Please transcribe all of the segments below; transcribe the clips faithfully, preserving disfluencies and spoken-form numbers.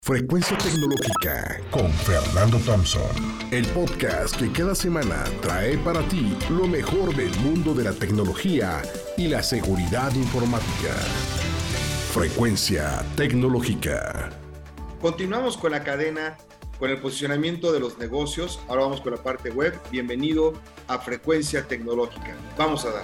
Frecuencia Tecnológica con Fernando Thompson, el podcast que cada semana trae para ti lo mejor del mundo de la tecnología y la seguridad informática. Frecuencia Tecnológica. Continuamos con la cadena, con el posicionamiento de los negocios. Ahora vamos con la parte web. Bienvenido a Frecuencia Tecnológica. Vamos a dar.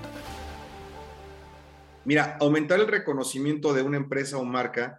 Mira, aumentar el reconocimiento de una empresa o marca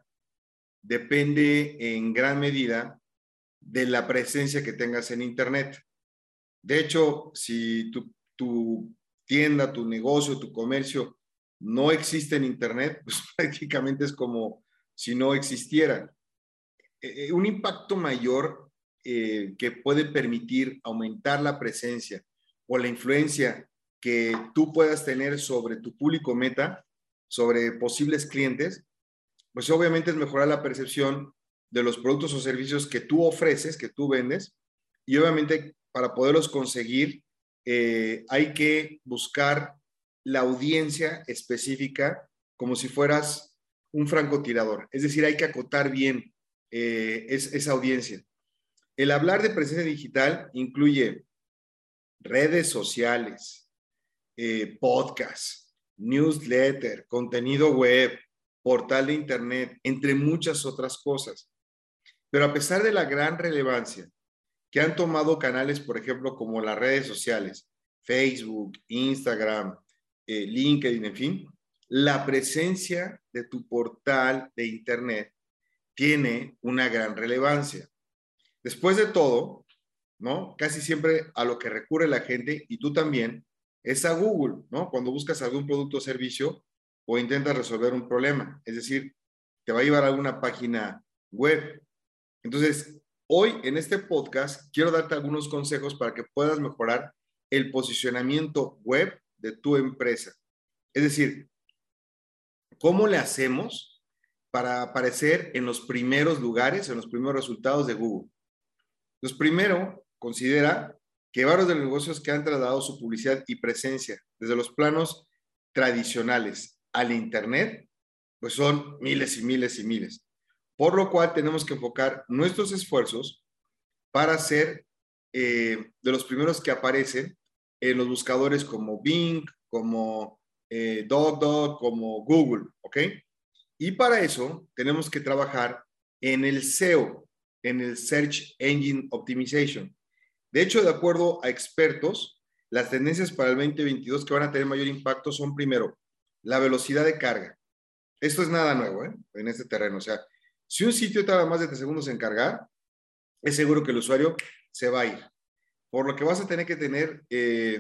depende en gran medida de la presencia que tengas en Internet. De hecho, si tu, tu tienda, tu negocio, tu comercio no existe en Internet, pues prácticamente es como si no existiera. Eh, un impacto mayor eh, que puede permitir aumentar la presencia o la influencia que tú puedas tener sobre tu público meta, sobre posibles clientes, pues obviamente es mejorar la percepción de los productos o servicios que tú ofreces, que tú vendes, y obviamente para poderlos conseguir eh, hay que buscar la audiencia específica como si fueras un francotirador, es decir, hay que acotar bien eh, es, esa audiencia. El hablar de presencia digital incluye redes sociales, eh, podcast, newsletter, contenido web, portal de internet, entre muchas otras cosas. Pero a pesar de la gran relevancia que han tomado canales, por ejemplo, como las redes sociales, Facebook, Instagram, eh, LinkedIn, en fin, la presencia de tu portal de internet tiene una gran relevancia. Después de todo, ¿no? Casi siempre a lo que recurre la gente, y tú también, es a Google, ¿no? Cuando buscas algún producto o servicio, o intentas resolver un problema, es decir, te va a llevar a alguna página web. Entonces, hoy en este podcast quiero darte algunos consejos para que puedas mejorar el posicionamiento web de tu empresa. Es decir, ¿cómo le hacemos para aparecer en los primeros lugares, en los primeros resultados de Google? Pues primero, considera que varios de los negocios que han trasladado su publicidad y presencia desde los planos tradicionales al Internet, pues son miles y miles y miles. Por lo cual tenemos que enfocar nuestros esfuerzos para ser eh, de los primeros que aparecen en los buscadores como Bing, como eh, DuckDuck, como Google, ¿ok? Y para eso tenemos que trabajar en el S E O, en el Search Engine Optimization. De hecho, de acuerdo a expertos, las tendencias para el veinte veintidós que van a tener mayor impacto son primero, la velocidad de carga. Esto es nada nuevo, ¿eh? En este terreno. O sea, si un sitio tarda más de tres segundos en cargar, es seguro que el usuario se va a ir. Por lo que vas a tener que tener eh,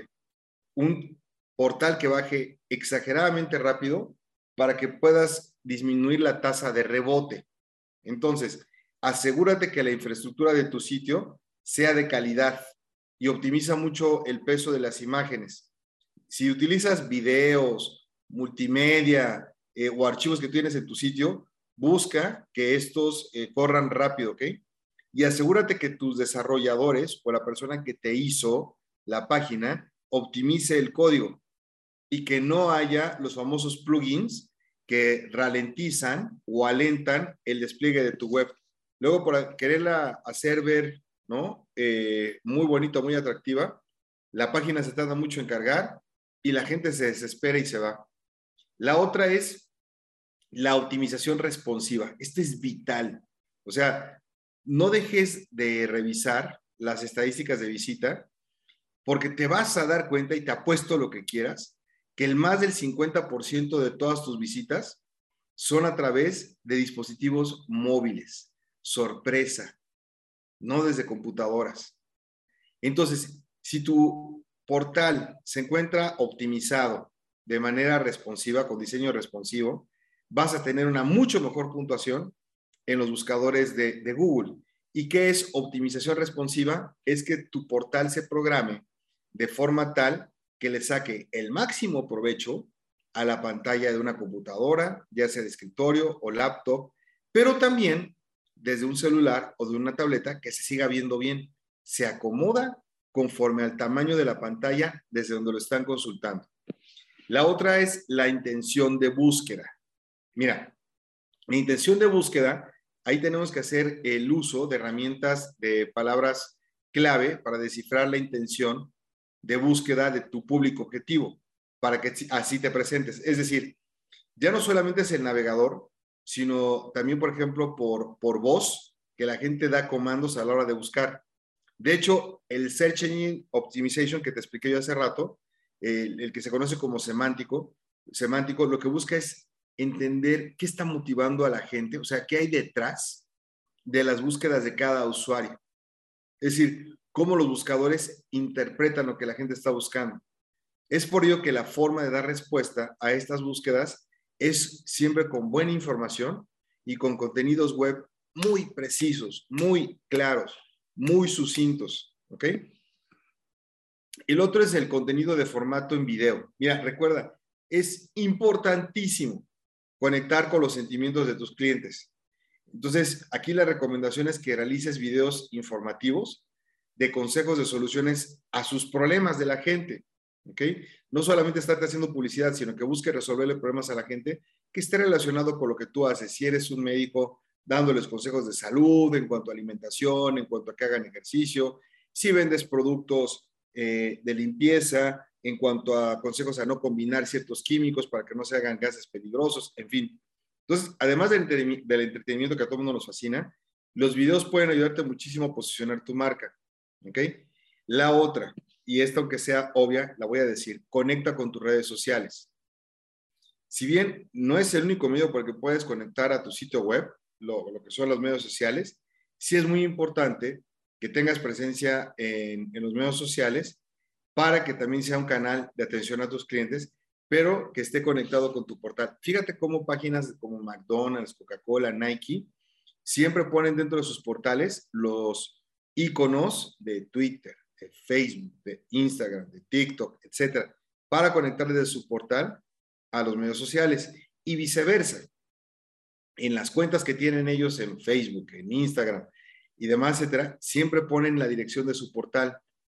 un portal que baje exageradamente rápido para que puedas disminuir la tasa de rebote. Entonces, asegúrate que la infraestructura de tu sitio sea de calidad y optimiza mucho el peso de las imágenes. Si utilizas videos, multimedia eh, o archivos que tienes en tu sitio, busca que estos eh, corran rápido, ¿ok? Y asegúrate que tus desarrolladores o la persona que te hizo la página optimice el código y que no haya los famosos plugins que ralentizan o alentan el despliegue de tu web. Luego, por quererla hacer ver, ¿no? Eh, muy bonita, muy atractiva, la página se tarda mucho en cargar y la gente se desespera y se va. La otra es la optimización responsiva. Esto es vital. O sea, no dejes de revisar las estadísticas de visita porque te vas a dar cuenta, y te apuesto lo que quieras, que el más del cincuenta por ciento de todas tus visitas son a través de dispositivos móviles. Sorpresa, no desde computadoras. Entonces, si tu portal se encuentra optimizado de manera responsiva, con diseño responsivo, vas a tener una mucho mejor puntuación en los buscadores de, de Google. ¿Y qué es optimización responsiva? Es que tu portal se programe de forma tal que le saque el máximo provecho a la pantalla de una computadora, ya sea de escritorio o laptop, pero también desde un celular o de una tableta que se siga viendo bien. Se acomoda conforme al tamaño de la pantalla desde donde lo están consultando. La otra es la intención de búsqueda. Mira, la intención de búsqueda ahí tenemos que hacer el uso de herramientas de palabras clave para descifrar la intención de búsqueda de tu público objetivo, para que así te presentes. Es decir, ya no solamente es el navegador, sino también, por ejemplo, por, por voz, que la gente da comandos a la hora de buscar. De hecho, el Search Engine Optimization que te expliqué yo hace rato, el, el que se conoce como semántico, semántico, lo que busca es entender qué está motivando a la gente, o sea, qué hay detrás de las búsquedas de cada usuario. Es decir, cómo los buscadores interpretan lo que la gente está buscando. Es por ello que la forma de dar respuesta a estas búsquedas es siempre con buena información y con contenidos web muy precisos, muy claros, muy sucintos, ¿ok? El otro es el contenido de formato en video. Mira, recuerda, es importantísimo conectar con los sentimientos de tus clientes. Entonces, aquí la recomendación es que realices videos informativos de consejos de soluciones a sus problemas de la gente, ¿ok? No solamente estarte haciendo publicidad, sino que busque resolverle problemas a la gente que esté relacionado con lo que tú haces. Si eres un médico, dándoles consejos de salud en cuanto a alimentación, en cuanto a que hagan ejercicio. Si vendes productos eh, de limpieza, en cuanto a consejos a no combinar ciertos químicos para que no se hagan gases peligrosos, en fin. Entonces, además del, del entretenimiento que a todo el mundo nos fascina, los videos pueden ayudarte muchísimo a posicionar tu marca, ¿ok? La otra, y esta aunque sea obvia, la voy a decir, conecta con tus redes sociales. Si bien no es el único medio por el que puedes conectar a tu sitio web, lo, lo que son los medios sociales, sí es muy importante que tengas presencia en, en los medios sociales para que también sea un canal de atención a tus clientes, pero que esté conectado con tu portal. Fíjate cómo páginas como McDonald's, Coca-Cola, Nike, siempre ponen dentro de sus portales los iconos de Twitter, de Facebook, de Instagram, de TikTok, etcétera, para conectar desde su portal a los medios sociales y viceversa. En las cuentas que tienen ellos en Facebook, en Instagram y demás, etcétera, siempre ponen la dirección de su portal.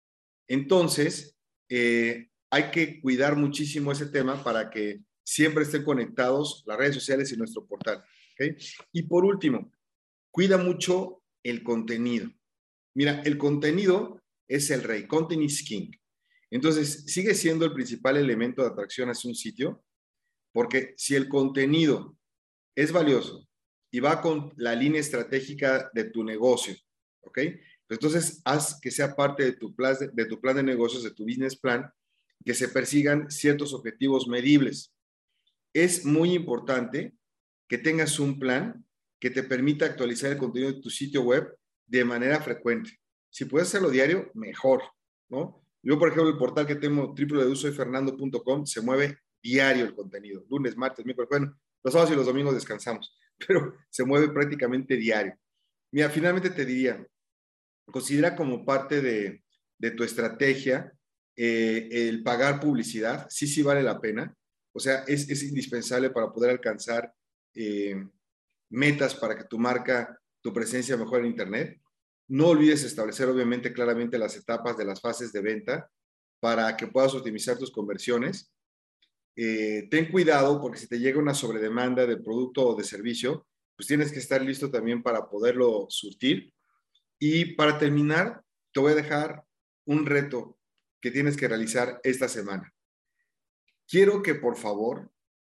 Entonces, eh, hay que cuidar muchísimo ese tema para que siempre estén conectados las redes sociales y nuestro portal, ¿okay? Y por último, cuida mucho el contenido. Mira, el contenido es el rey, content is king. Entonces, sigue siendo el principal elemento de atracción hacia un sitio, porque si el contenido es valioso y va con la línea estratégica de tu negocio, ¿ok? Entonces, haz que sea parte de tu plan de, de tu plan de negocios, de tu business plan, que se persigan ciertos objetivos medibles. Es muy importante que tengas un plan que te permita actualizar el contenido de tu sitio web de manera frecuente. Si puedes hacerlo diario, mejor, ¿no? Yo, por ejemplo, el portal que tengo, doble u doble u doble u punto soy fernando punto com, se mueve diario el contenido. Lunes, martes, miércoles, bueno, los sábados y los domingos descansamos, pero se mueve prácticamente diario. Mira, finalmente te diría, considera como parte de, de tu estrategia eh, el pagar publicidad. Sí, sí vale la pena. O sea, es, es indispensable para poder alcanzar eh, metas para que tu marca, tu presencia mejore en Internet. No olvides establecer, obviamente, claramente las etapas de las fases de venta para que puedas optimizar tus conversiones. Eh, ten cuidado porque si te llega una sobredemanda de producto o de servicio, pues tienes que estar listo también para poderlo surtir. Y para terminar, te voy a dejar un reto que tienes que realizar esta semana. Quiero que, por favor,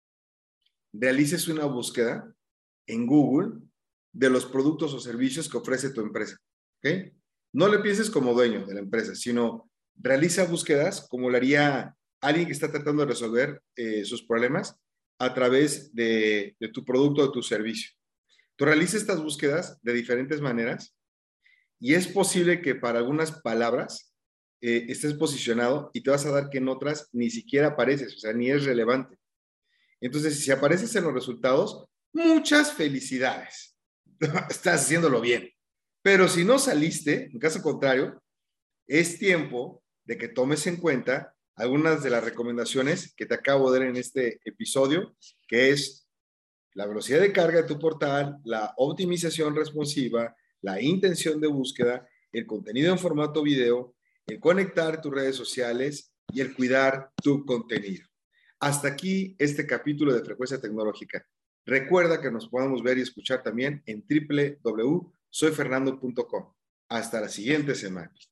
realices una búsqueda en Google de los productos o servicios que ofrece tu empresa, ¿ok? No le pienses como dueño de la empresa, sino realiza búsquedas como lo haría alguien que está tratando de resolver eh, sus problemas a través de, de tu producto o de tu servicio. Tú realizas estas búsquedas de diferentes maneras y es posible que para algunas palabras eh, estés posicionado y te vas a dar que en otras ni siquiera apareces, o sea, ni es relevante. Entonces, si apareces en los resultados, muchas felicidades. Estás haciéndolo bien. Pero si no saliste, en caso contrario, es tiempo de que tomes en cuenta algunas de las recomendaciones que te acabo de dar en este episodio, que es la velocidad de carga de tu portal, la optimización responsiva, la intención de búsqueda, el contenido en formato video, el conectar tus redes sociales y el cuidar tu contenido. Hasta aquí este capítulo de Frecuencia Tecnológica. Recuerda que nos podemos ver y escuchar también en doble u doble u doble u punto soy fernando punto com. Hasta la siguiente semana.